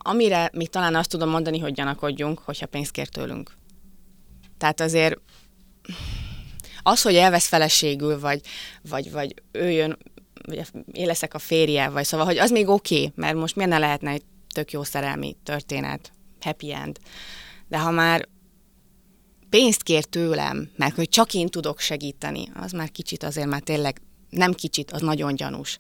Amire még talán azt tudom mondani, hogy gyanakodjunk, hogyha pénzt kér tőlünk. Tehát azért az, hogy elvesz feleségül, vagy ő jön, vagy én leszek a férje, vagy szóval, hogy az még oké, mert most miért ne lehetne egy tök jó szerelmi történet, happy end. De ha már pénzt kér tőlem, mert hogy csak én tudok segíteni, az már kicsit azért már tényleg, nem kicsit, az nagyon gyanús.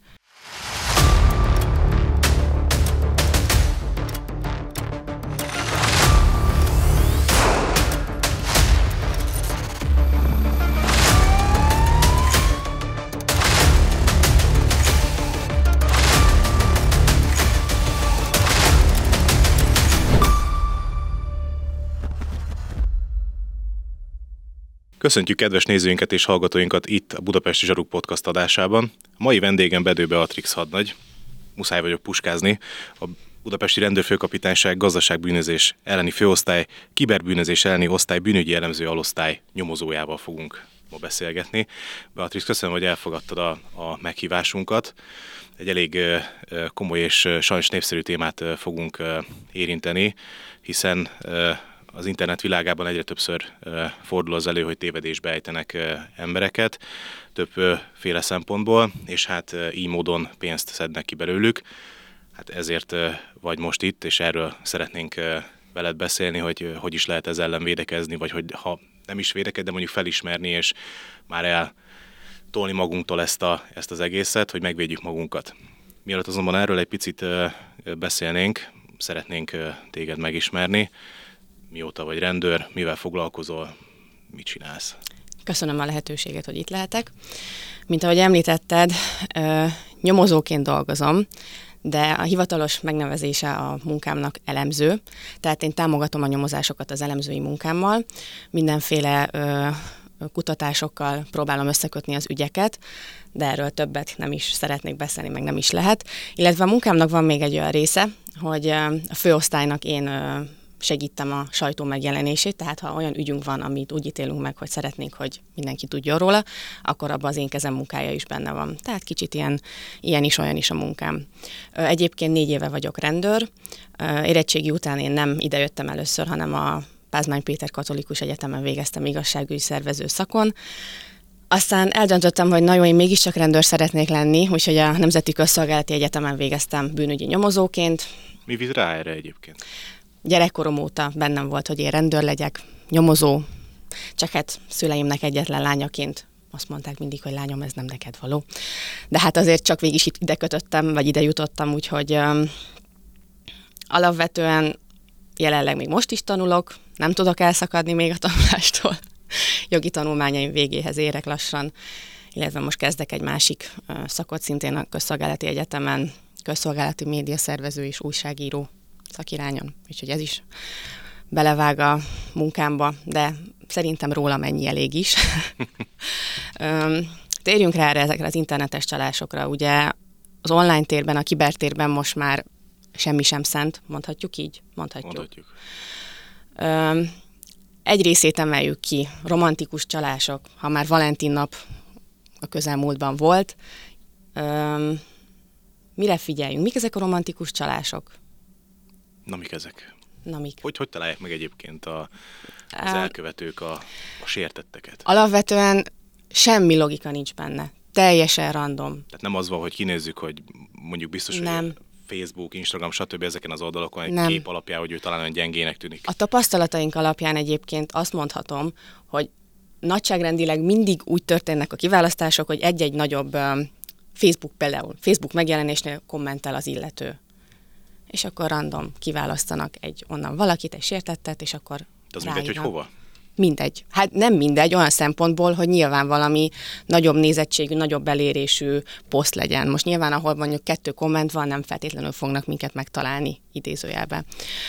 Köszöntjük kedves nézőinket és hallgatóinkat itt a Budapesti Zsaruk Podcast adásában. A mai vendégem Bedő Beatrix hadnagy, muszáj vagyok puskázni, a Budapesti Rendőrfőkapitányság gazdaságbűnözés elleni főosztály, kiberbűnözés elleni osztály bűnügyi elemző alosztály nyomozójával fogunk ma beszélgetni. Beatrix, köszönöm, hogy elfogadtad a meghívásunkat. Egy elég komoly és sajnos népszerű témát fogunk érinteni, hiszen az internet világában egyre többször fordul az elő, hogy tévedésbe ejtenek embereket többféle szempontból, és hát így módon pénzt szednek ki belőlük. Hát ezért vagy most itt, és erről szeretnénk veled beszélni, hogy is lehet ez ellen védekezni, vagy hogy ha nem is védekezni, de mondjuk felismerni, és már eltolni magunktól ezt az egészet, hogy megvédjük magunkat. Mielőtt azonban erről egy picit beszélnénk, szeretnénk téged megismerni. Mióta vagy rendőr, mivel foglalkozol, mit csinálsz? Köszönöm a lehetőséget, hogy itt lehetek. Mint ahogy említetted, nyomozóként dolgozom, de a hivatalos megnevezése a munkámnak elemző, tehát én támogatom a nyomozásokat az elemzői munkámmal, mindenféle kutatásokkal próbálom összekötni az ügyeket, de erről többet nem is szeretnék beszélni, meg nem is lehet. Illetve a munkámnak van még egy olyan része, hogy a főosztálynak én segítem a sajtó megjelenését, tehát ha olyan ügyünk van, amit úgy ítélünk meg, hogy szeretnénk, hogy mindenki tudjon róla, akkor abban az én kezem munkája is benne van. Tehát kicsit ilyen is, olyan is a munkám. Egyébként 4 éve vagyok rendőr. Érettségi után én nem ide jöttem először, hanem a Pázmány Péter Katolikus Egyetemen végeztem igazságügyi szervező szakon. Aztán eldöntöttem, hogy nagyon én mégiscsak rendőr szeretnék lenni, úgyhogy a Nemzeti Közszolgálati Egyetemen végeztem bűnügyi nyomozóként. Mi vitt rá erre egyébként? Gyerekkorom óta bennem volt, hogy én rendőr legyek, nyomozó, csak hát szüleimnek egyetlen lányaként azt mondták mindig, hogy lányom, ez nem neked való. De hát azért csak végig is ide kötöttem, vagy ide jutottam, úgyhogy alapvetően jelenleg még most is tanulok, nem tudok elszakadni még a tanulástól. Jogi tanulmányaim végéhez érek lassan, illetve most kezdek egy másik szakot, szintén a Közszolgálati Egyetemen, közszolgálati médiaszervező és újságíró szakirányon, úgyhogy ez is belevág a munkámba, de szerintem rólam ennyi elég is. Térjünk rá ezekre az internetes csalásokra. Ugye az online térben, a kibertérben most már semmi sem szent, mondhatjuk így? Mondhatjuk. Egy részét emeljük ki, romantikus csalások, ha már Valentin nap a közelmúltban volt. Mire figyeljünk? Mik ezek a romantikus csalások? Na, mik ezek? Mik? Hogy találják meg egyébként az elkövetők a sértetteket? Alapvetően semmi logika nincs benne. Teljesen random. Tehát nem az van, hogy kinézzük, hogy mondjuk biztos, nem. Hogy Facebook, Instagram, stb. Ezeken az oldalakon egy kép alapján, hogy ő talán olyan gyengének tűnik. A tapasztalataink alapján egyébként azt mondhatom, hogy nagyságrendileg mindig úgy történnek a kiválasztások, hogy egy-egy nagyobb Facebook megjelenésnél kommentel az illető. És akkor random kiválasztanak onnan valakit, egy sértettet, és akkor de az mindegy, hogy hova? Mindegy. Hát nem mindegy, olyan szempontból, hogy nyilván valami nagyobb nézettségű, nagyobb elérésű poszt legyen. Most nyilván, ahol mondjuk 2 komment van, nem feltétlenül fognak minket megtalálni, idézőjelben.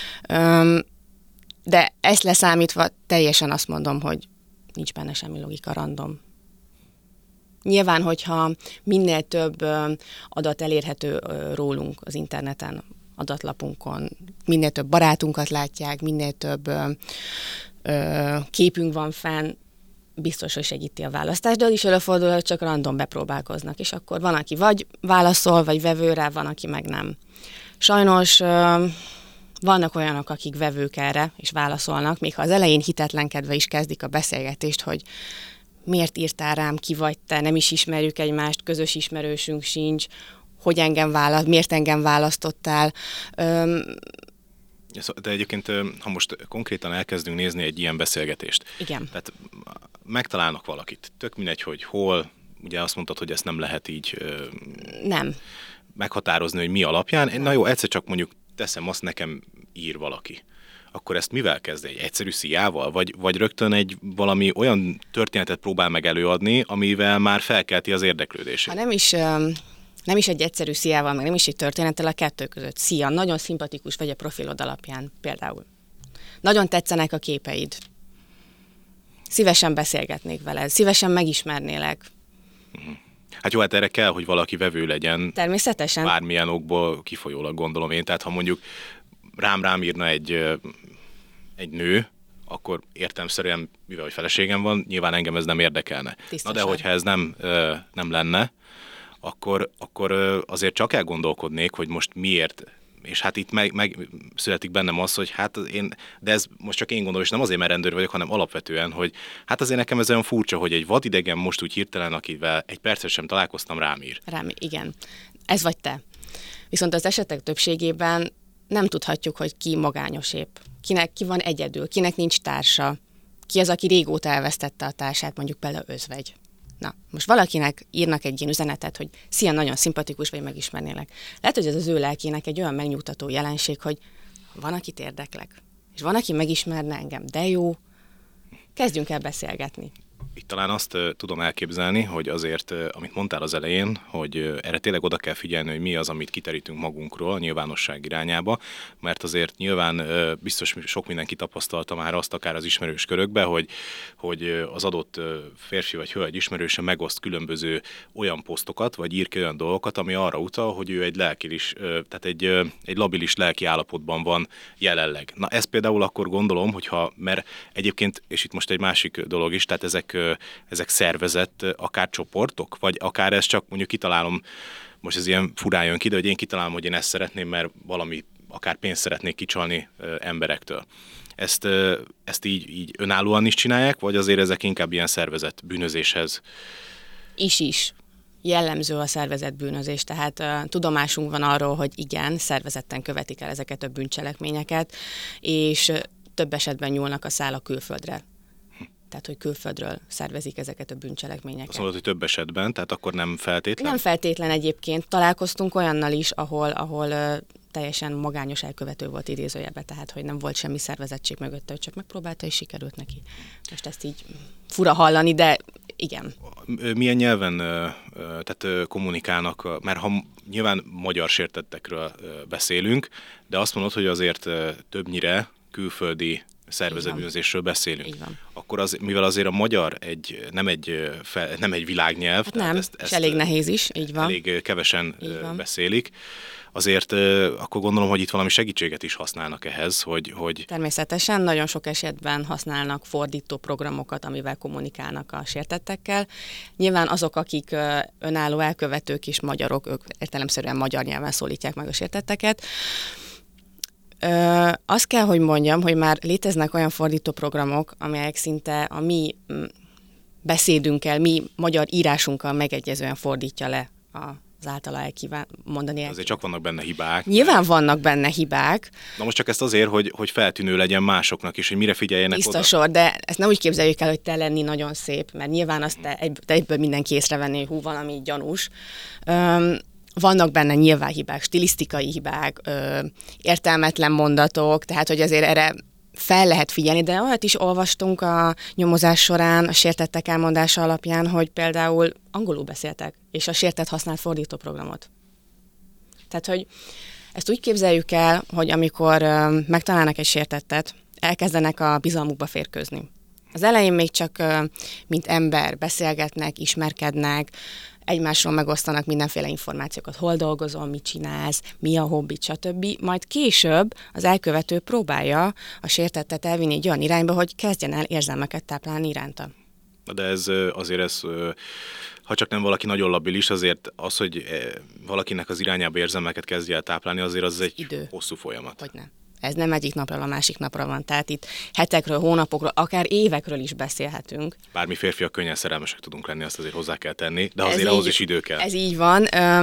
De ezt leszámítva teljesen azt mondom, hogy nincs benne semmi logika, random. Nyilván, hogyha minél több adat elérhető rólunk az interneten, adatlapunkon, minél több barátunkat látják, minél több képünk van fenn, biztos, hogy segíti a választást, de az is előfordul, hogy csak random bepróbálkoznak, és akkor van, aki vagy válaszol, vagy vevő rá, van, aki meg nem. Sajnos Vannak olyanok, akik vevők erre, és válaszolnak, még ha az elején hitetlenkedve is kezdik a beszélgetést, hogy miért írtál rám, ki vagy te, nem is ismerjük egymást, közös ismerősünk sincs, hogy miért engem választottál. De egyébként, ha most konkrétan elkezdünk nézni egy ilyen beszélgetést, Igen. Tehát megtalálnak valakit, tök mindegy, hogy hol, ugye azt mondtad, hogy ezt nem lehet így Nem. meghatározni, hogy mi alapján. Na jó, egyszer csak mondjuk teszem azt, nekem ír valaki. Akkor ezt mivel kezd? Egy egyszerű szíjával? Vagy rögtön valami olyan történetet próbál meg előadni, amivel már felkelti az érdeklődését? Ha nem is egy egyszerű szíjával, meg nem is egy történettel, a kettő között. Szia, nagyon szimpatikus vagy a profilod alapján például. Nagyon tetszenek a képeid. Szívesen beszélgetnék veled, szívesen megismernélek. Hát jó, hát erre kell, hogy valaki vevő legyen. Természetesen. Bármilyen okból kifolyólag gondolom én. Tehát ha mondjuk rám írna egy nő, akkor értelemszerűen, mivel hogy feleségem van, nyilván engem ez nem érdekelne. Tisztosan. Na de hogyha ez nem lenne, akkor azért csak elgondolkodnék, hogy most miért, és hát itt meg születik bennem az, hogy hát de ez most csak én gondolom, és nem azért, mert rendőr vagyok, hanem alapvetően, hogy hát azért nekem ez olyan furcsa, hogy egy vadidegen most úgy hirtelen, akivel egy percet sem találkoztam, rám ír. Igen. Ez vagy te. Viszont az esetek többségében nem tudhatjuk, hogy ki magányos épp. Ki van egyedül, kinek nincs társa, ki az, aki régóta elvesztette a társát, mondjuk például özvegy. Na, most valakinek írnak egy ilyen üzenetet, hogy szia, nagyon szimpatikus vagy, megismernélek. Lehet, hogy ez az ő lelkének egy olyan megnyugtató jelenség, hogy van, akit érdeklek, és van, aki megismerne engem, de jó, kezdjünk el beszélgetni. Itt talán azt tudom elképzelni, hogy azért, amit mondtál az elején, hogy erre tényleg oda kell figyelni, hogy mi az, amit kiterítünk magunkról a nyilvánosság irányába, mert azért nyilván biztos sok mindenki tapasztalta már azt, akár az ismerős körökbe, hogy az adott férfi vagy hölgy ismerőse megoszt különböző olyan posztokat, vagy ír ki olyan dolgokat, ami arra utal, hogy ő egy lelkilis, tehát egy labilis lelki állapotban van jelenleg. Na ez például akkor gondolom, mert egyébként, és itt most egy másik dolog is, tehát ezek szervezett akár csoportok, vagy akár ez csak mondjuk kitalálom, most ez ilyen furán jön ki, de hogy én kitalálom, hogy én ezt szeretném, mert valami, akár pénzt szeretnék kicsalni emberektől. Ezt így önállóan is csinálják, vagy azért ezek inkább ilyen szervezett bűnözéshez? Is. Jellemző a szervezett bűnözés, tehát tudomásunk van arról, hogy igen, szervezetten követik el ezeket a bűncselekményeket, és több esetben nyúlnak a szálak külföldre. Tehát, hogy külföldről szervezik ezeket a bűncselekményeket. Azt mondod, hogy több esetben, tehát akkor nem feltétlen? Nem feltétlen egyébként. Találkoztunk olyannal is, ahol teljesen magányos elkövető volt idézőjelben, tehát, hogy nem volt semmi szervezettség mögötte, hogy csak megpróbálta, és sikerült neki. Most ezt így fura hallani, de igen. Milyen nyelven tehát kommunikálnak, mert ha nyilván magyar sértettekről beszélünk, de azt mondod, hogy azért többnyire külföldi szervezetbűnözésről beszélünk. Akkor mivel azért a magyar nem egy világnyelv. Hát nem, ezt elég nehéz is, így van. Elég kevesen beszélik. Azért akkor gondolom, hogy itt valami segítséget is használnak ehhez, hogy... Természetesen nagyon sok esetben használnak fordító programokat, amivel kommunikálnak a sértettekkel. Nyilván azok, akik önálló elkövetők és magyarok, ők értelemszerűen magyar nyelven szólítják meg a sértetteket. Azt kell, hogy mondjam, hogy már léteznek olyan fordító programok, amelyek szinte a mi beszédünkkel, mi magyar írásunkkal megegyezően fordítja le az általa mondani. Azért csak vannak benne hibák. Nyilván vannak benne hibák. Na most csak ezt azért, hogy feltűnő legyen másoknak is, hogy mire figyeljenek oda. Biztos, de ezt nem úgy képzeljük el, hogy te lenni nagyon szép, mert nyilván azt egyből mindenki észrevenné, hogy valami gyanús. Vannak benne nyilván hibák, stilisztikai hibák, értelmetlen mondatok, tehát hogy azért erre fel lehet figyelni, de olyat is olvastunk a nyomozás során, a sértettek elmondása alapján, hogy például angolul beszéltek, és a sértett használt fordítóprogramot. Tehát, hogy ezt úgy képzeljük el, hogy amikor megtalálnak egy sértettet, elkezdenek a bizalmukba férkőzni. Az elején még csak mint ember beszélgetnek, ismerkednek, egymásról megosztanak mindenféle információkat, hol dolgozol, mit csinálsz, mi a hobbit, stb. Majd később az elkövető próbálja a sértettet elvinni egy olyan irányba, hogy kezdjen el érzelmeket táplálni iránta. De ez, ha csak nem valaki nagyon labilis, azért az, hogy valakinek az irányába érzelmeket kezdje el táplálni, azért az egy hosszú folyamat. Hogyne. Ez nem egyik napról a másik napra van, tehát itt hetekről, hónapokról, akár évekről is beszélhetünk. Bármi férfiak könnyen szerelmesek tudunk lenni, azt azért hozzá kell tenni, de azért ahhoz is idő kell. Ez így van.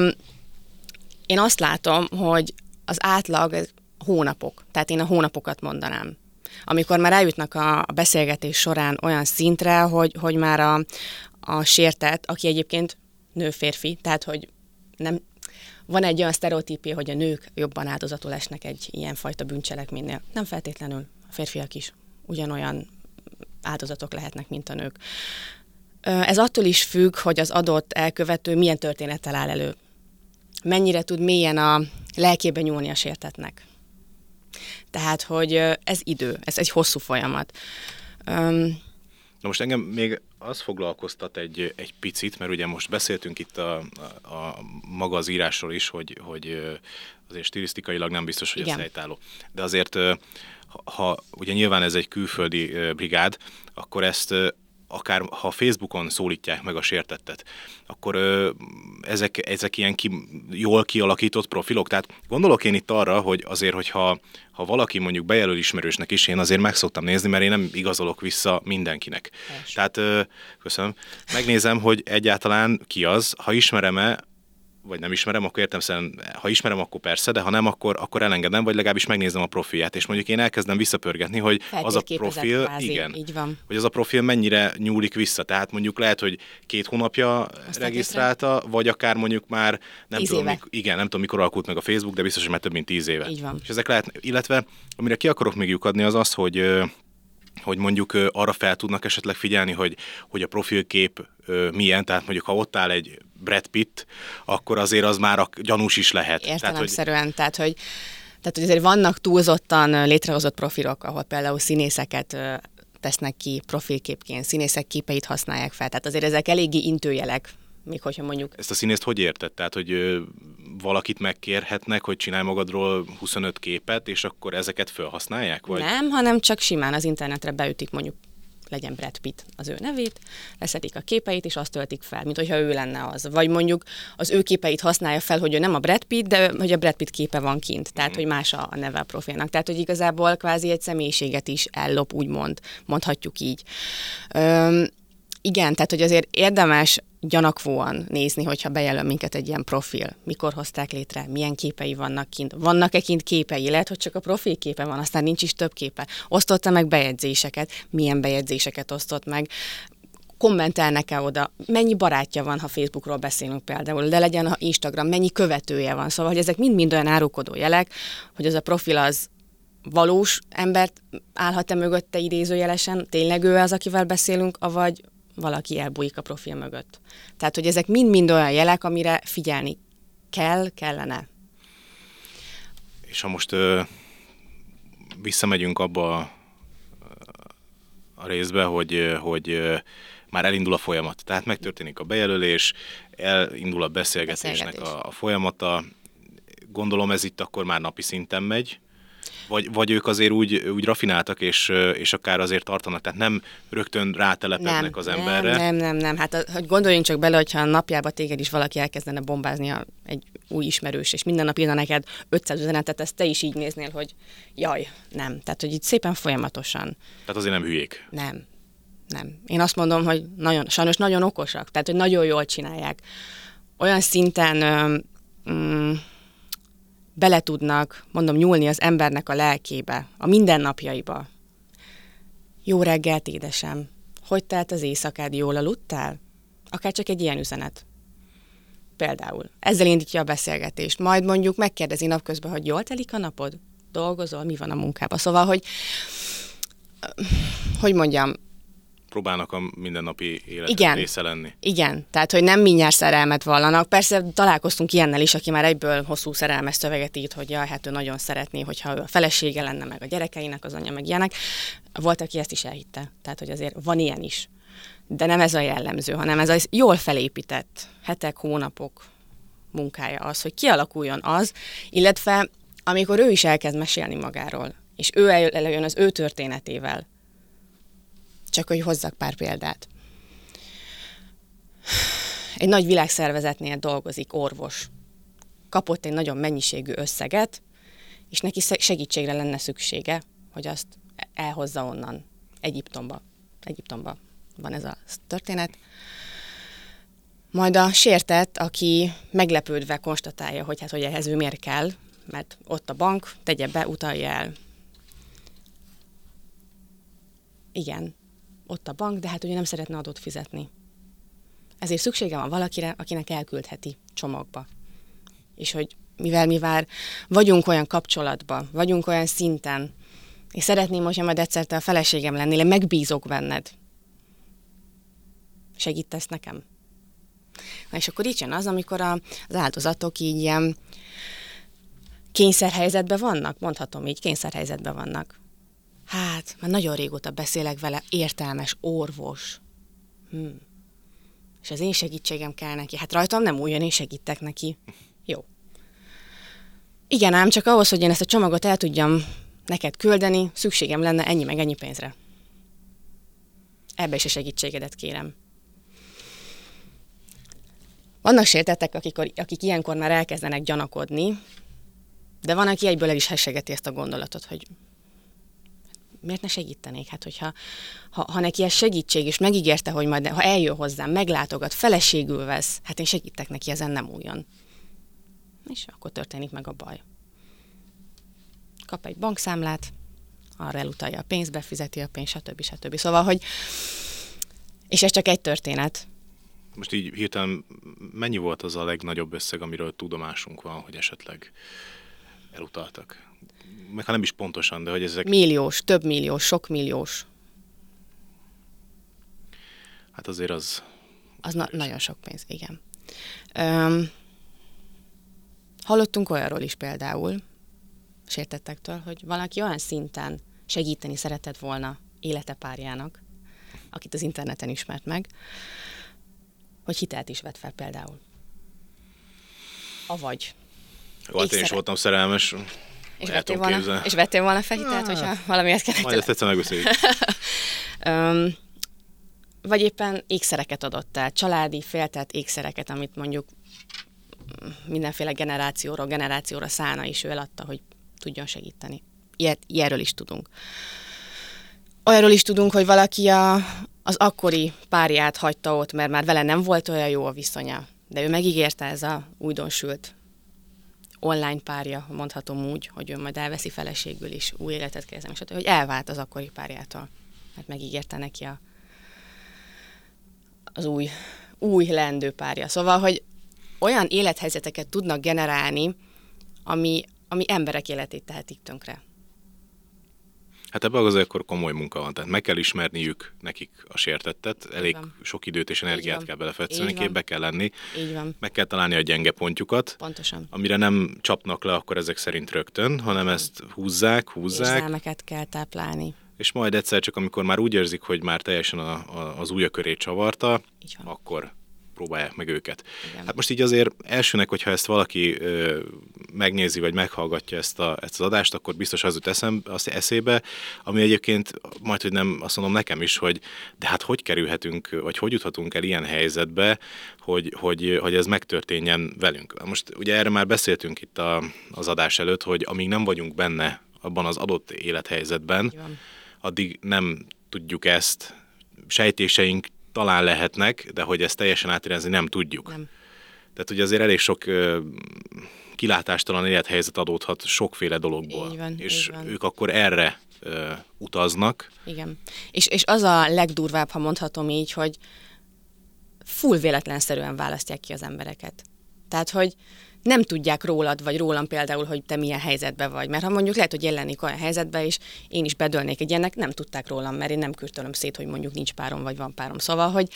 Én azt látom, hogy az átlag ez hónapok, tehát én a hónapokat mondanám. Amikor már eljutnak a beszélgetés során olyan szintre, hogy már a sértett, aki egyébként nő-férfi, tehát hogy nem, van egy olyan sztereotípia, hogy a nők jobban áldozatul esnek egy ilyenfajta bűncselekménynél. Nem feltétlenül, a férfiak is ugyanolyan áldozatok lehetnek, mint a nők. Ez attól is függ, hogy az adott elkövető milyen történettel áll elő. Mennyire tud mélyen a lelkébe nyúlni a sértettnek. Tehát, hogy ez idő, ez egy hosszú folyamat. Na most engem még az foglalkoztat egy picit, mert ugye most beszéltünk itt a maga az írásról is, hogy azért stilisztikailag nem biztos, hogy ez helytálló. De azért, ha ugye nyilván ez egy külföldi brigád, akkor ezt akár ha Facebookon szólítják meg a sértettet, akkor ezek ilyen jól kialakított profilok. Tehát gondolok én itt arra, hogy azért, hogyha valaki mondjuk bejelöl ismerősnek is, én azért meg szoktam nézni, mert én nem igazolok vissza mindenkinek. Tehát köszönöm. Megnézem, hogy egyáltalán ki az, ha ismerem-e, vagy nem ismerem, akkor értelemszerűen, ha ismerem, akkor persze, de ha nem, akkor elengedem, vagy legalábbis megnézem a profilját, és mondjuk én elkezdem visszapörgetni, hogy az a profil, kvázi, igen, így van. hogy az a profil mennyire nyúlik vissza. Tehát mondjuk lehet, hogy 2 hónapja regisztrálta, vagy akár mondjuk már nem tudom, mikor alakult meg a Facebook, de biztos, hogy már több mint 10 éve. Így van. És ezek lehet, illetve amire ki akarok még lyukadni, az az, hogy mondjuk arra fel tudnak esetleg figyelni, hogy a profilkép milyen, tehát mondjuk ha ott áll egy Brad Pitt, akkor azért az már gyanús is lehet. Értelemszerűen, tehát hogy azért vannak túlzottan létrehozott profilok, ahol például színészeket tesznek ki profilképként, színészek képeit használják fel, tehát azért ezek eléggé intőjelek, még hogyha mondjuk... Ezt a színészt hogy érted? Tehát, hogy valakit megkérhetnek, hogy csinálj magadról 25 képet, és akkor ezeket felhasználják? Vagy? Nem, hanem csak simán az internetre beütik mondjuk legyen Brad Pitt az ő nevét, leszedik a képeit, és azt töltik fel, mint hogyha ő lenne az. Vagy mondjuk az ő képeit használja fel, hogy ő nem a Brad Pitt, de hogy a Brad Pitt képe van kint, tehát hogy más a neve a profilnak. Tehát, hogy igazából kvázi egy személyiséget is ellop, úgymond, mondhatjuk így. Igen, tehát, hogy azért érdemes gyanakvóan nézni, hogyha bejelöl minket egy ilyen profil. Mikor hozták létre, milyen képei vannak kint. Vannak-e kint képei? Lehet, hogy csak a profil képe van, aztán nincs is több képe. Osztotta meg bejegyzéseket? Milyen bejegyzéseket osztott meg? Kommentelnek-e oda? Mennyi barátja van, ha Facebookról beszélünk például, de legyen ha Instagram, mennyi követője van? Szóval, hogy ezek mind olyan árulkodó jelek, hogy az a profil az valós embert állhat-e mögötte idézőjelesen, tényleg ő az, akivel beszélünk, avagy valaki elbújik a profil mögött. Tehát, hogy ezek mind-mind olyan jelek, amire figyelni kellene. És ha most visszamegyünk abba a részbe, hogy már elindul a folyamat. Tehát megtörténik a bejelölés, elindul a beszélgetésnek a folyamata. Gondolom ez itt akkor már napi szinten megy. Vagy ők azért úgy rafináltak, és akár azért tartanak, tehát nem rögtön rátelepednek az emberre. Nem. Hát hogy gondoljunk csak bele, hogyha a napjában téged is valaki elkezdene bombázni egy új ismerős, és minden nap írna neked 500 üzenetet, ezt te is így néznél, hogy jaj, nem. Tehát, hogy itt szépen folyamatosan. Tehát azért nem hülyék. Nem. Én azt mondom, hogy sajnos nagyon okosak, tehát, hogy nagyon jól csinálják. Olyan szinten bele tudnak, mondom, nyúlni az embernek a lelkébe, a mindennapjaiba. Jó reggelt, édesem! Hogy telt az éjszakád, jól aludtál? Akár csak egy ilyen üzenet. Például. Ezzel indítja a beszélgetést. Majd mondjuk megkérdezi napközben, hogy jól telik a napod? Dolgozol? Mi van a munkában? Szóval, hogy mondjam, próbálnak a mindennapi élet része lenni. Igen, tehát, hogy nem mindjárt szerelmet vallanak. Persze találkoztunk ilyennel is, aki már egyből hosszú szerelmes szöveget írt, hogy jaj, hát ő nagyon szeretné, hogyha ő a felesége lenne, meg a gyerekeinek az anyja, meg ilyenek. Volt, aki ezt is elhitte. Tehát, hogy azért van ilyen is. De nem ez a jellemző, hanem ez a jól felépített hetek, hónapok munkája az, hogy kialakuljon az, illetve amikor ő is elkezd mesélni magáról, és ő előjön az ő történetével. Csak hogy hozzak pár példát. Egy nagy világszervezetnél dolgozik orvos. Kapott egy nagyon mennyiségű összeget, és neki segítségre lenne szüksége, hogy azt elhozza onnan, Egyiptomba. Egyiptomba van ez a történet. Majd a sértett, aki meglepődve konstatálja, hogy hát, hogy ehhez ő miért kell, mert ott a bank, tegye be, utalja el. Igen, ott a bank, de hát ugye nem szeretne adót fizetni. Ezért szüksége van valakire, akinek elküldheti csomagba. És hogy mivel mi már vagyunk olyan kapcsolatban, vagyunk olyan szinten, és szeretném, hogyha majd egyszer te a feleségem lennél, én megbízok benned. Segítesz nekem? Na és akkor így jön az, amikor az áldozatok így ilyen kényszerhelyzetben vannak, mondhatom így, kényszerhelyzetben vannak. Hát, már nagyon régóta beszélek vele, értelmes orvos. És az én segítségem kell neki. Hát rajtam nem újjon, én segítek neki. Jó. Igen ám, csak ahhoz, hogy én ezt a csomagot el tudjam neked küldeni, szükségem lenne ennyi meg ennyi pénzre. Ebbe is a segítségedet kérem. Vannak sértettek, akik ilyenkor már elkezdenek gyanakodni, de van, aki egyből el is hessegeti ezt a gondolatot, hogy miért ne segítenék? Hát, hogyha ha neki ez segítség, és megígérte, hogy majd, ha eljön hozzám, meglátogat, feleségül vesz, hát én segítek neki, ezen nem újjon. És akkor történik meg a baj. Kap egy bankszámlát, arra elutalja a pénzt, befizeti a pénzt, stb. Szóval, hogy... És ez csak egy történet. Most így hirtelen mennyi volt az a legnagyobb összeg, amiről tudomásunk van, hogy esetleg elutaltak? Meg ha nem is pontosan, de hogy ezek... Milliós, több milliós, sok milliós. Hát azért az... Nagyon sok pénz, igen. Hallottunk olyanról is például, sértettektől, hogy valaki olyan szinten segíteni szeretett volna élete párjának, akit az interneten ismert meg, hogy hitelt is vett fel például. Avagy. Jó, hát én is voltam szerelmes. És vettél volna fel hitelt, hogyha valamiért kellett. Majd ezt egyszer megbeszéljük. Vagy éppen ékszereket adott el, családi féltelt ékszereket, amit mondjuk mindenféle generációra szállna, és ő eladta, hogy tudjon segíteni. Ilyenről is tudunk. Olyanról is tudunk, hogy valaki az akkori párját hagyta ott, mert már vele nem volt olyan jó a viszonya, de ő megígérte, ez a újdonsült online párja, mondhatom úgy, hogy ő majd elveszi feleségül is, új életet kezdem, és hogy elvált az akkori párjától, mert megígérte neki az új leendő párja. Szóval, hogy olyan élethelyzeteket tudnak generálni, ami emberek életét tehetik tönkre. Hát ebben az akkor komoly munka van, tehát meg kell ismerniük nekik a sértettet, elég sok időt és energiát kell belefetszölni, képbe kell lenni, meg kell találni a gyenge pontjukat, pontosan. Amire nem csapnak le akkor ezek szerint rögtön, hanem ezt húzzák. Érzelmeket kell táplálni. És majd egyszer csak, amikor már úgy érzik, hogy már teljesen az ujja körét csavarta, akkor próbálják meg őket. Igen. Hát most így azért elsőnek, hogyha ezt valaki megnézi, vagy meghallgatja ezt az adást, akkor biztos az jut eszébe, ami egyébként majd, hogy nem azt mondom nekem is, hogy de hát hogy kerülhetünk, vagy hogy juthatunk el ilyen helyzetbe, hogy ez megtörténjen velünk. Most ugye erre már beszéltünk itt az adás előtt, hogy amíg nem vagyunk benne abban az adott élethelyzetben, addig nem tudjuk ezt, sejtéseink talán lehetnek, de hogy ezt teljesen átérezni nem tudjuk. Nem. Tehát ugye azért elég sok kilátástalan élethelyzet adódhat sokféle dologból. Így van, és ők akkor erre utaznak. Igen. És az a legdurvább, ha mondhatom így, hogy full véletlenszerűen választják ki az embereket. Tehát, hogy nem tudják rólad, vagy rólam például, hogy te milyen helyzetben vagy. Mert ha mondjuk lehet, hogy én lennék olyan helyzetben, és én is bedőlnék egy ilyennek, nem tudták rólam, mert én nem kürtölöm szét, hogy mondjuk nincs párom, vagy van párom. Szóval, hogy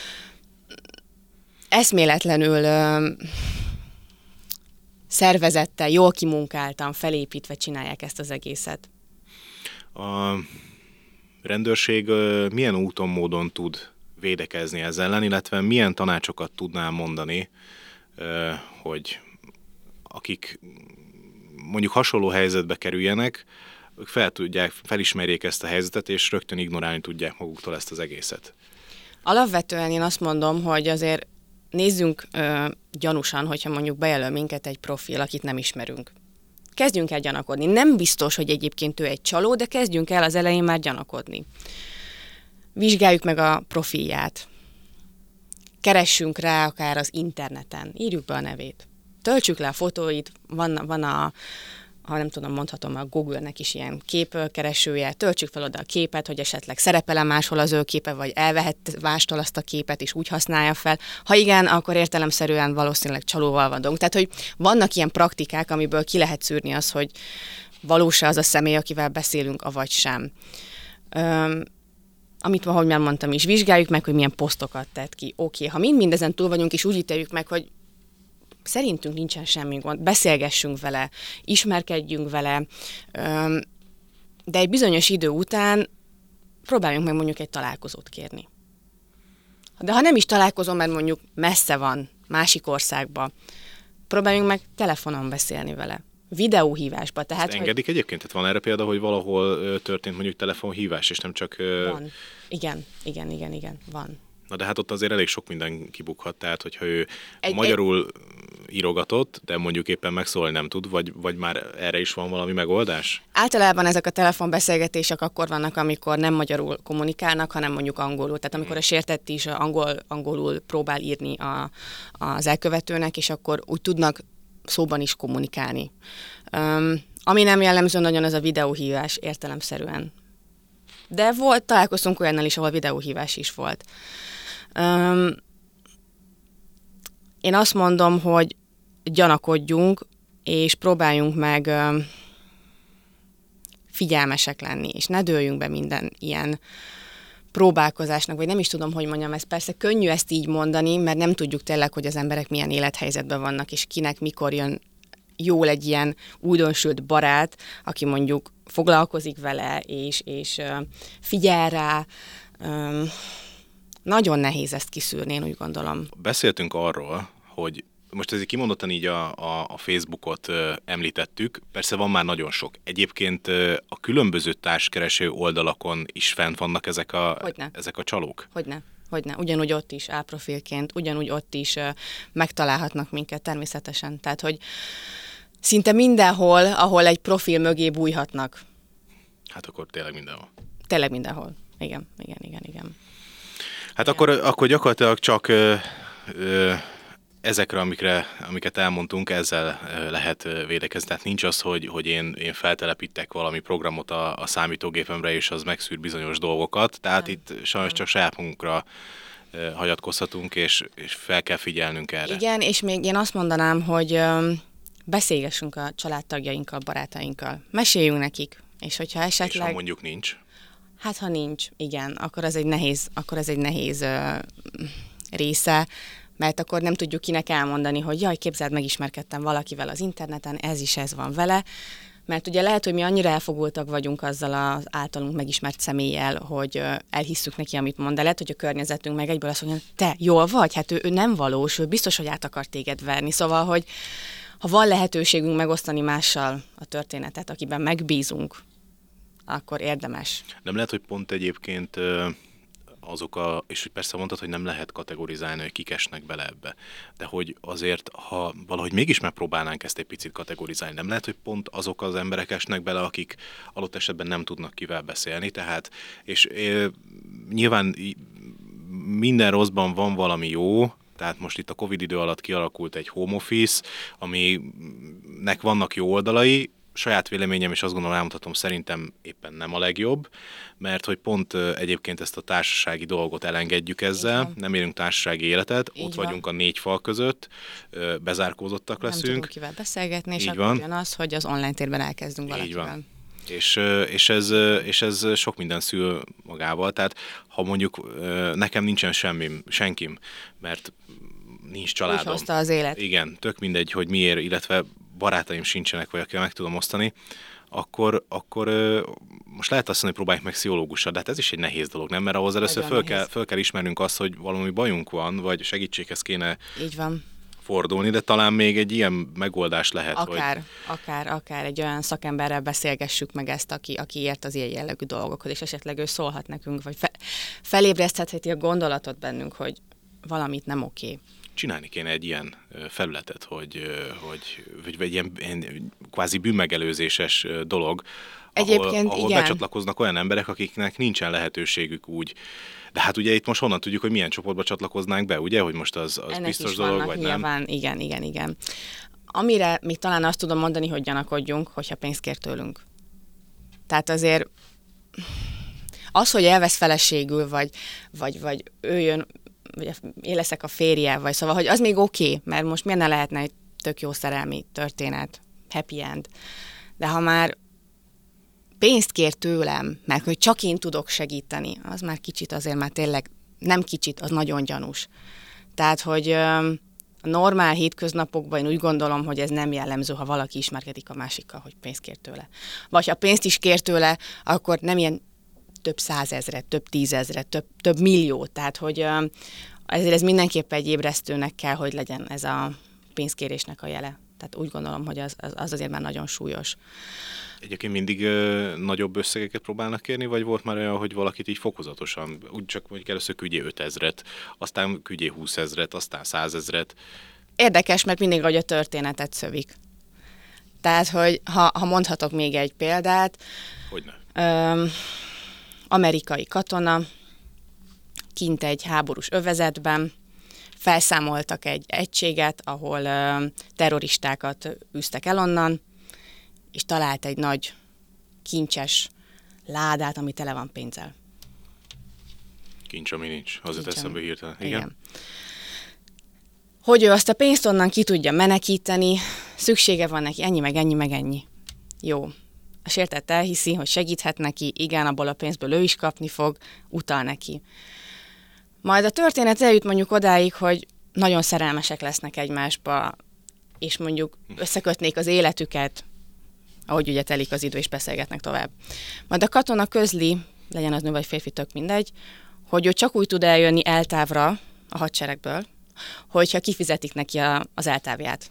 eszméletlenül szervezettel, jól kimunkáltan, felépítve csinálják ezt az egészet. A rendőrség milyen úton, módon tud védekezni ezzel ellen, illetve milyen tanácsokat tudnál mondani, hogy akik mondjuk hasonló helyzetbe kerüljenek, ők felismerjék ezt a helyzetet, és rögtön ignorálni tudják maguktól ezt az egészet. Alapvetően én azt mondom, hogy azért nézzünk gyanúsan, hogyha mondjuk bejelöl minket egy profil, akit nem ismerünk. kezdjünk el gyanakodni. Nem biztos, hogy egyébként ő egy csaló, de kezdjünk el az elején már gyanakodni. Vizsgáljuk meg a profilját. Keressünk rá akár az interneten. Írjuk be a nevét. Töltsük le a fotóit, van a, ha nem tudom, mondhatom, a Google-nek is ilyen képkeresője, töltsük fel oda a képet, hogy esetleg szerepel-e máshol az ő képe, vagy elvehet mástól azt a képet, és úgy használja fel. Ha igen, akkor értelemszerűen valószínűleg csalóval vagyunk. Tehát, hogy vannak ilyen praktikák, amiből ki lehet szűrni az, hogy valós-e az a személy, akivel beszélünk, avagy sem. Amit, ahogy már mondtam is, vizsgáljuk meg, hogy milyen posztokat tett ki. Oké, ha mindezen túl vagyunk, és úgy ítéljük meg, hogy szerintünk nincsen semmi gond, beszélgessünk vele, ismerkedjünk vele, de egy bizonyos idő után próbáljunk meg mondjuk egy találkozót kérni. De ha nem is találkozom, mert mondjuk messze van, másik országba, próbáljunk meg telefonon beszélni vele, videóhívásba. Tehát, ezt engedik egyébként? Tehát van erre példa, hogy valahol történt mondjuk telefonhívás, és nem csak... Van. Igen, van. Na de hát ott azért elég sok minden kibukhat, tehát hogyha ő magyarul írogatott, de mondjuk éppen megszólalni nem tud, vagy már erre is van valami megoldás? Általában ezek a telefonbeszélgetések akkor vannak, amikor nem magyarul kommunikálnak, hanem mondjuk angolul. Tehát amikor a sértett is angolul próbál írni az elkövetőnek, és akkor úgy tudnak szóban is kommunikálni. Ami nem jellemző nagyon, az a videóhívás értelemszerűen. De találkoztunk olyannal is, ahol videóhívás is volt. Én azt mondom, hogy gyanakodjunk, és próbáljunk meg figyelmesek lenni, és ne dőljünk be minden ilyen próbálkozásnak, vagy nem is tudom, hogy mondjam, ez persze könnyű ezt így mondani, mert nem tudjuk tényleg, hogy az emberek milyen élethelyzetben vannak, és kinek mikor jön jól egy ilyen újdonsült barát, aki mondjuk foglalkozik vele, és figyel rá. Nagyon nehéz ezt kiszűrni, én úgy gondolom. Beszéltünk arról, hogy most ezért kimondottan így a Facebookot említettük, persze van már nagyon sok. Egyébként a különböző társkereső oldalakon is fent vannak ezek a csalók? Hogyne. Ugyanúgy ott is álprofilként, ugyanúgy ott is megtalálhatnak minket természetesen. Tehát, hogy szinte mindenhol, ahol egy profil mögé bújhatnak. Hát akkor tényleg mindenhol. Tényleg mindenhol. Igen. Hát akkor gyakorlatilag csak ezekre, amiket elmondtunk, ezzel lehet védekezni. Tehát nincs az, hogy én feltelepítek valami programot a számítógépemre, és az megszűr bizonyos dolgokat. Tehát itt sajnos csak saját magunkra hagyatkozhatunk, és fel kell figyelnünk erre. Igen, és még én azt mondanám, hogy beszélgessünk a családtagjainkkal, barátainkkal. Meséljünk nekik, és hogyha esetleg... És ha mondjuk nincs? Hát, ha nincs, igen, akkor ez egy nehéz része, mert akkor nem tudjuk kinek elmondani, hogy jaj, képzeld, megismerkedtem valakivel az interneten, ez van vele, mert ugye lehet, hogy mi annyira elfogultak vagyunk azzal az általunk megismert személlyel, hogy elhisszük neki, amit mond, de lehet, hogy a környezetünk meg egyből azt mondja, te jól vagy? Hát ő nem valós, ő biztos, hogy át akar téged verni. Szóval, hogy ha van lehetőségünk megosztani mással a történetet, akiben megbízunk, akkor érdemes. Nem lehet, hogy pont egyébként és persze mondtad, hogy nem lehet kategorizálni, hogy kik esnek bele ebbe, de hogy azért, ha valahogy mégis megpróbálnánk ezt egy picit kategorizálni, nem lehet, hogy pont azok az emberek esnek bele, akik adott esetben nem tudnak kivel beszélni, tehát, és nyilván minden rosszban van valami jó, tehát most itt a Covid idő alatt kialakult egy home office, aminek vannak jó oldalai, saját véleményem, és azt gondolom, elmondhatom, szerintem éppen nem a legjobb, mert hogy pont egyébként ezt a társasági dolgot elengedjük ezzel, nem élünk társasági életet, így ott vagyunk a 4 fal között, bezárkózottak leszünk. Nem tudunk kivel beszélgetni, és akkor jön az, hogy az online térben elkezdünk valakivel. Így van. És ez sok minden szül magával, tehát ha mondjuk nekem nincsen senkim, mert nincs családom. Úgy hozta az élet. Igen, tök mindegy, hogy miért, illetve barátaim sincsenek, vagy akivel meg tudom osztani, akkor most lehet azt mondani, hogy próbáljuk meg pszichológussal, de hát ez is egy nehéz dolog, nem? Mert ahhoz először föl kell ismernünk azt, hogy valami bajunk van, vagy segítséghez kéne így van. Fordulni, de talán még egy ilyen megoldás lehet, akár egy olyan szakemberrel beszélgessük meg ezt, aki ért az ilyen jellegű dolgokhoz, és esetleg ő szólhat nekünk, vagy felébreszthetheti a gondolatot bennünk, hogy valamit nem oké. csinálni kéne egy ilyen felületet, vagy ilyen kvázi bűnmegelőzéses dolog, ahol becsatlakoznak olyan emberek, akiknek nincsen lehetőségük úgy. De hát ugye itt most honnan tudjuk, hogy milyen csoportba csatlakoznánk be, ugye? Hogy most az biztos dolog, vagy nyilván, nem? Igen. Amire még talán azt tudom mondani, hogy gyanakodjunk, hogyha pénzt kér tőlünk. Tehát azért az, hogy elvesz feleségül, vagy ő jön, vagy én leszek a férje, vagy szóval, hogy az még oké, mert most miért ne lehetne egy tök jó szerelmi történet, happy end. De ha már pénzt kér tőlem, mert hogy csak én tudok segíteni, az már kicsit azért már tényleg, nem kicsit, az nagyon gyanús. Tehát, hogy a normál hétköznapokban én úgy gondolom, hogy ez nem jellemző, ha valaki ismerkedik a másikkal, hogy pénzt kér tőle. Vagy ha pénzt is kér tőle, akkor nem ilyen több százezret, több tízezret, több millió. Tehát, hogy ezért ez mindenképpen egy ébresztőnek kell, hogy legyen ez a pénzkérésnek a jele. Tehát úgy gondolom, hogy az azért már nagyon súlyos. Egyébként mindig nagyobb összegeket próbálnak kérni, vagy volt már olyan, hogy valakit így fokozatosan, úgy csak mondjuk először küldjél 5000-et, aztán küldjél 20 000-et, aztán 100 000-et? Érdekes, mert mindig, hogy a történetet szövik. Tehát, hogy ha mondhatok még egy példát. Hogyne. Amerikai katona, kint egy háborús övezetben, felszámoltak egy egységet, ahol terroristákat űztek el onnan, és talált egy nagy kincses ládát, ami tele van pénzzel. Kincs, ami nincs. Azért eszembe hirtelen. Igen. Hogy ő azt a pénzt onnan ki tudja menekíteni, szüksége van neki, ennyi, meg ennyi, meg ennyi. Jó. A sértett elhiszi, hogy segíthet neki, igen, abból a pénzből ő is kapni fog, utal neki. Majd a történet eljut mondjuk odáig, hogy nagyon szerelmesek lesznek egymásba, és mondjuk összekötnék az életüket, ahogy ugye telik az idő, és beszélgetnek tovább. Majd a katona közli, legyen az nő vagy férfi, tök mindegy, hogy ő csak úgy tud eljönni eltávra a hadseregből, hogyha kifizetik neki az eltávját.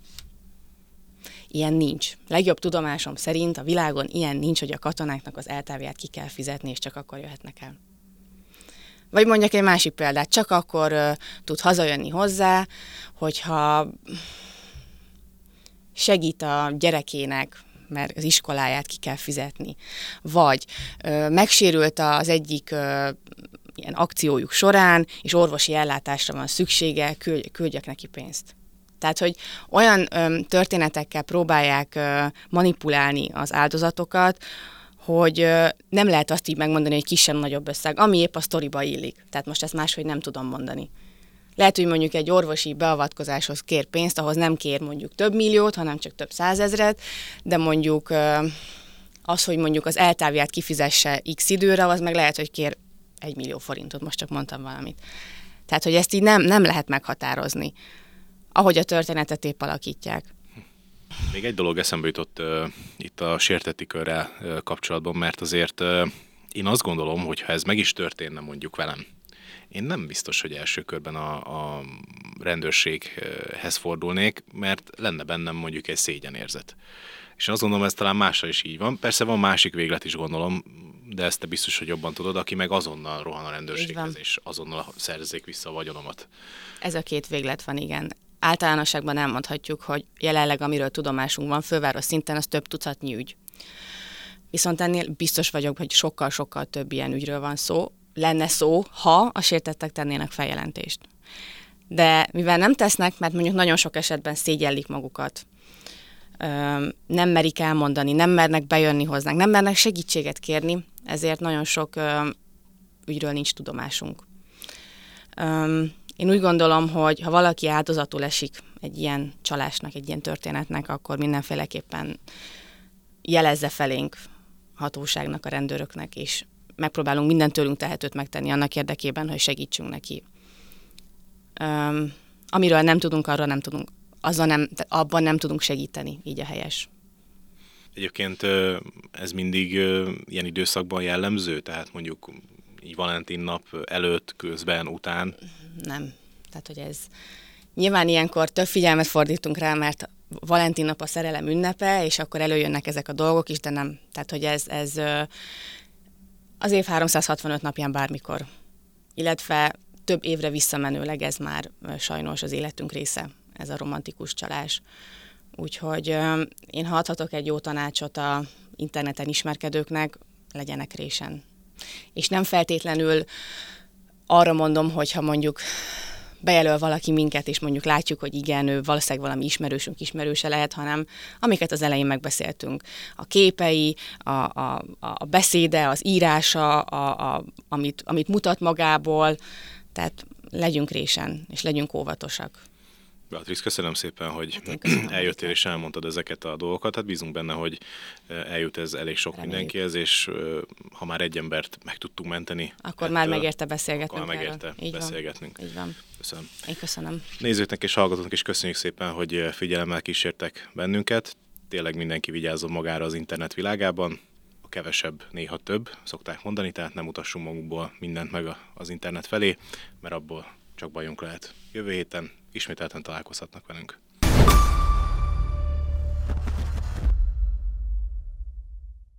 Ilyen nincs. Legjobb tudomásom szerint a világon ilyen nincs, hogy a katonáknak az eltávját ki kell fizetni, és csak akkor jöhetnek el. Vagy mondjak egy másik példát, csak akkor tud hazajönni hozzá, hogyha segít a gyerekének, mert az iskoláját ki kell fizetni. Vagy megsérült az egyik ilyen akciójuk során, és orvosi ellátásra van szüksége, küldjek neki pénzt. Tehát, hogy olyan történetekkel próbálják manipulálni az áldozatokat, hogy nem lehet azt így megmondani, hogy kisebb-nagyobb összeg, ami épp a sztoriba illik. Tehát most ezt máshogy nem tudom mondani. Lehet, hogy mondjuk egy orvosi beavatkozáshoz kér pénzt, ahhoz nem kér mondjuk több milliót, hanem csak több százezret, de mondjuk az, hogy mondjuk az eltávját kifizesse x időre, az meg lehet, hogy kér 1 millió forintot, most csak mondtam valamit. Tehát, hogy ezt így nem lehet meghatározni, ahogy a történetet épp alakítják. Még egy dolog eszembe jutott itt a sértetti körrel kapcsolatban, mert azért én azt gondolom, hogy ha ez meg is történne mondjuk velem, én nem biztos, hogy első körben a rendőrséghez fordulnék, mert lenne bennem mondjuk egy szégyenérzet. És én azt gondolom, ez talán másra is így van. Persze van másik véglet is, gondolom, de ezt te biztos, hogy jobban tudod, aki meg azonnal rohan a rendőrséghez, és azonnal szerezzék vissza a vagyonomat. Ez a két véglet van, igen. Általánosságban elmondhatjuk, hogy jelenleg, amiről tudomásunk van, főváros szinten, az több tucatnyi ügy. Viszont ennél biztos vagyok, hogy sokkal-sokkal több ilyen ügyről van szó, lenne szó, ha a sértettek tennének feljelentést. De mivel nem tesznek, mert mondjuk nagyon sok esetben szégyellik magukat, nem merik elmondani, nem mernek bejönni hozzánk, nem mernek segítséget kérni, ezért nagyon sok ügyről nincs tudomásunk. Én úgy gondolom, hogy ha valaki áldozatul esik egy ilyen csalásnak, egy ilyen történetnek, akkor mindenféleképpen jelezze felénk hatóságnak, a rendőröknek, és megpróbálunk minden tőlünk tehetőt megtenni annak érdekében, hogy segítsünk neki. Amiről nem tudunk, arra nem tudunk. Abban nem tudunk segíteni, így a helyes. Egyébként ez mindig ilyen időszakban jellemző? Tehát mondjuk így Valentin nap előtt, közben, után? Nem. Tehát, hogy ez nyilván ilyenkor több figyelmet fordítunk rá, mert Valentin nap a szerelem ünnepe, és akkor előjönnek ezek a dolgok is, de nem. Tehát, hogy ez az év 365 napján bármikor. Illetve több évre visszamenőleg ez már sajnos az életünk része, ez a romantikus csalás. Úgyhogy én ha adhatok egy jó tanácsot a interneten ismerkedőknek, legyenek résen. És nem feltétlenül arra mondom, hogyha mondjuk bejelöl valaki minket, és mondjuk látjuk, hogy igen, ő valószínűleg valami ismerőse lehet, hanem amiket az elején megbeszéltünk. A képei, a beszéde, az írása, amit mutat magából, tehát legyünk résen, és legyünk óvatosak. Beatrice, köszönöm szépen, hogy köszönöm, eljöttél és elmondtad ezeket a dolgokat. Hát bízunk benne, hogy eljut ez elég sok mindenkihez, és ha már egy embert meg tudtunk menteni. Akkor már megérte beszélgetnünk. Akkor megérte beszélgetnünk. Így van. Köszönöm. Én köszönöm. Nézőknek és hallgatóknak is köszönjük szépen, hogy figyelemmel kísértek bennünket. Tényleg mindenki vigyázzon magára az internet világában. A kevesebb, néha több, szokták mondani, tehát nem utassunk magunkból mindent meg az internet felé, mert abból csak bajunk lehet. Jövő héten ismételten találkozhatnak velünk.